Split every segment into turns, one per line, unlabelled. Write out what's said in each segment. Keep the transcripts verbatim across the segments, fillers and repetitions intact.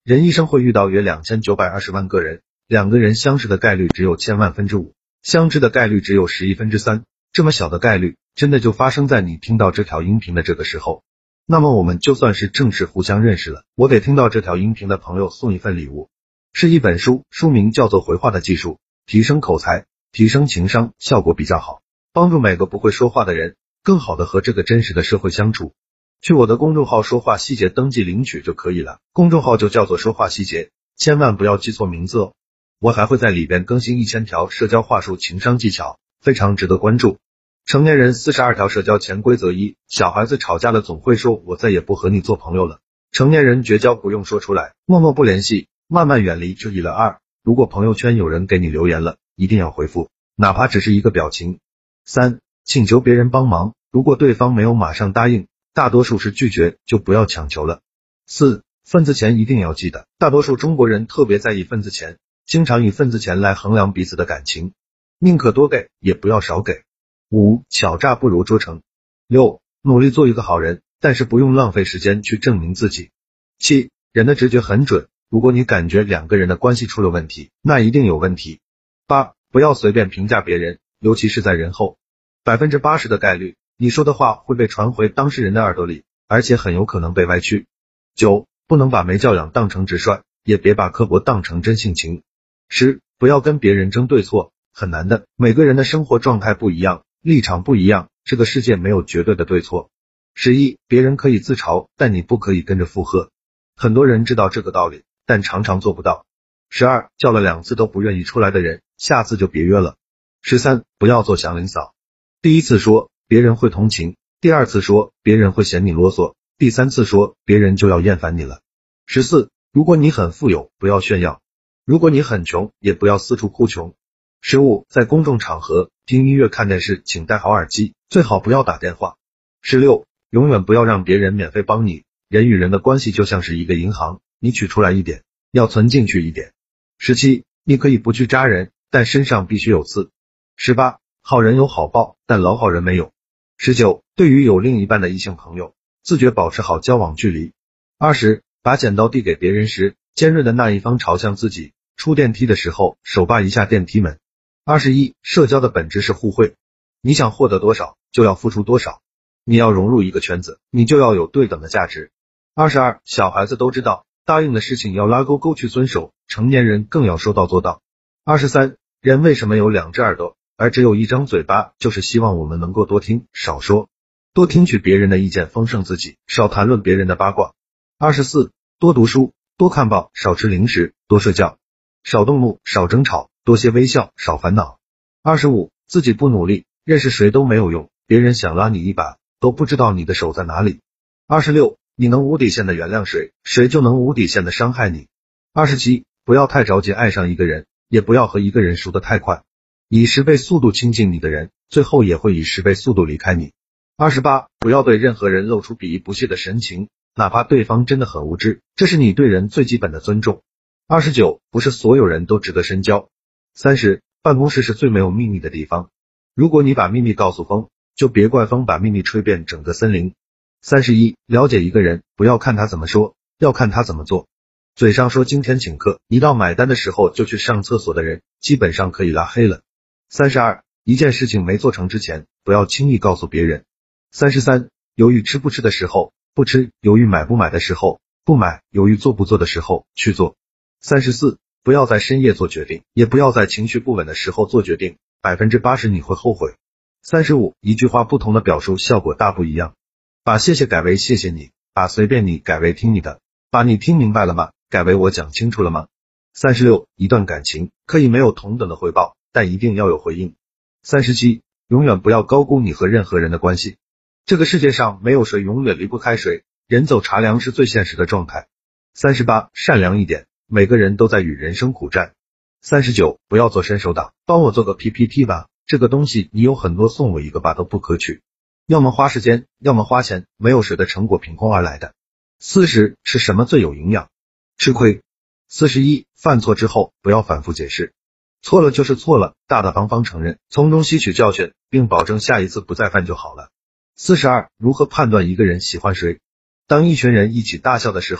人一生会遇到约两千九百二十万个人，两个人相识的概率只有千万分之五，相知的概率只有十亿分之三，这么小的概率，真的就发生在你听到这条音频的这个时候。那么我们就算是正式互相认识了，我给听到这条音频的朋友送一份礼物，是一本书，书名叫做《回话的技术》，提升口才，提升情商，效果比较好，帮助每个不会说话的人更好的和这个真实的社会相处。去我的公众号说话细节登记领取就可以了，公众号就叫做说话细节，千万不要记错名字哦。我还会在里边更新一千条社交话术情商技巧，非常值得关注。成年人四十二条社交潜规则一，小孩子吵架了总会说我再也不和你做朋友了，成年人绝交不用说出来，默默不联系，慢慢远离就易了。二，如果朋友圈有人给你留言了，一定要回复，哪怕只是一个表情。三，请求别人帮忙，如果对方没有马上答应，大多数是拒绝，就不要强求了。四，份子钱一定要记得，大多数中国人特别在意份子钱，经常以份子钱来衡量彼此的感情，宁可多给，也不要少给。五，巧诈不如拙诚。六，努力做一个好人，但是不用浪费时间去证明自己。七，人的直觉很准，如果你感觉两个人的关系出了问题，那一定有问题。八，不要随便评价别人，尤其是在人后，百分之八十的概率你说的话会被传回当事人的耳朵里，而且很有可能被歪曲。九，不能把没教养当成直率，也别把刻薄当成真性情。十，不要跟别人争对错，很难的，每个人的生活状态不一样，立场不一样，这个世界没有绝对的对错。十一，别人可以自嘲，但你不可以跟着附和。很多人知道这个道理，但常常做不到。十二，叫了两次都不愿意出来的人，下次就别约了。十三，不要做祥林嫂，第一次说别人会同情，第二次说别人会嫌你啰嗦，第三次说别人就要厌烦你了。十四，如果你很富有，不要炫耀，如果你很穷，也不要四处哭穷。十五，在公众场合听音乐看电视请戴好耳机，最好不要打电话。十六，永远不要让别人免费帮你，人与人的关系就像是一个银行，你取出来一点，要存进去一点。十七，你可以不去扎人，但身上必须有刺。十八，好人有好报，但老好人没有。十九，对于有另一半的异性朋友，自觉保持好交往距离。二十，把剪刀递给别人时，尖锐的那一方朝向自己，出电梯的时候手扒一下电梯门。二十一，社交的本质是互惠，你想获得多少，就要付出多少。你要融入一个圈子，你就要有对等的价值。二十二，小孩子都知道，答应的事情要拉勾勾去遵守，成年人更要说到做到。二十三，人为什么有两只耳朵，而只有一张嘴巴，就是希望我们能够多听，少说，多听取别人的意见，丰盛自己，少谈论别人的八卦。二十四，多读书，多看报，少吃零食，多睡觉，少动怒，少争吵，多些微笑，少烦恼。二十五，自己不努力，认识谁都没有用，别人想拉你一把，都不知道你的手在哪里。二十六，你能无底线的原谅谁，谁就能无底线的伤害你。二十七，不要太着急爱上一个人，也不要和一个人熟得太快，以十倍速度亲近你的人，最后也会以十倍速度离开你。二十八，不要对任何人露出鄙夷不屑的神情，哪怕对方真的很无知，这是你对人最基本的尊重。二十九，不是所有人都值得深交。三十，办公室是最没有秘密的地方，如果你把秘密告诉风，就别怪风把秘密吹遍整个森林。三十一，了解一个人，不要看他怎么说，要看他怎么做。嘴上说今天请客，一到买单的时候就去上厕所的人，基本上可以拉黑了。三十二，一件事情没做成之前，不要轻易告诉别人。三十三，犹豫吃不吃的时候不吃，犹豫买不买的时候不买，犹豫做不做的时候去做。三十四，不要在深夜做决定，也不要在情绪不稳的时候做决定，百分之八十你会后悔。三十五，一句话不同的表述效果大不一样，把谢谢改为谢谢你，把随便你改为听你的，把你听明白了吗改为我讲清楚了吗。三十六，一段感情可以没有同等的回报，但一定要有回应。三十七，永远不要高估你和任何人的关系，这个世界上没有谁永远离不开谁，人走茶凉是最现实的状态。三十八，善良一点，每个人都在与人生苦战。三十九，不要做伸手党，帮我做个 P P T 吧，这个东西你有很多，送我一个吧都不可取，要么花时间，要么花钱，没有谁的成果凭空而来的。四十，是什么最有营养？吃亏。四十一，犯错之后不要反复解释，错了就是错了，大大方方承认，从中吸取教训，并保证下一次不再犯就好了。四十二，如何判断一个人喜欢谁？当一群人一起大笑的时候，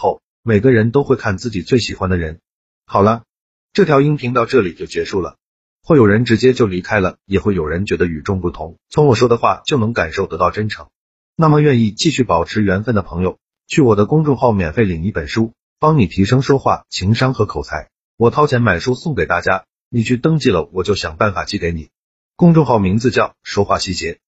每个人都会看自己最喜欢的人。好了，这条音频到这里就结束了。会有人直接就离开了，也会有人觉得与众不同，从我说的话就能感受得到真诚。那么愿意继续保持缘分的朋友，去我的公众号免费领一本书，帮你提升说话、情商和口才。我掏钱买书送给大家，你去登记了，我就想办法寄给你。公众号名字叫说话细节。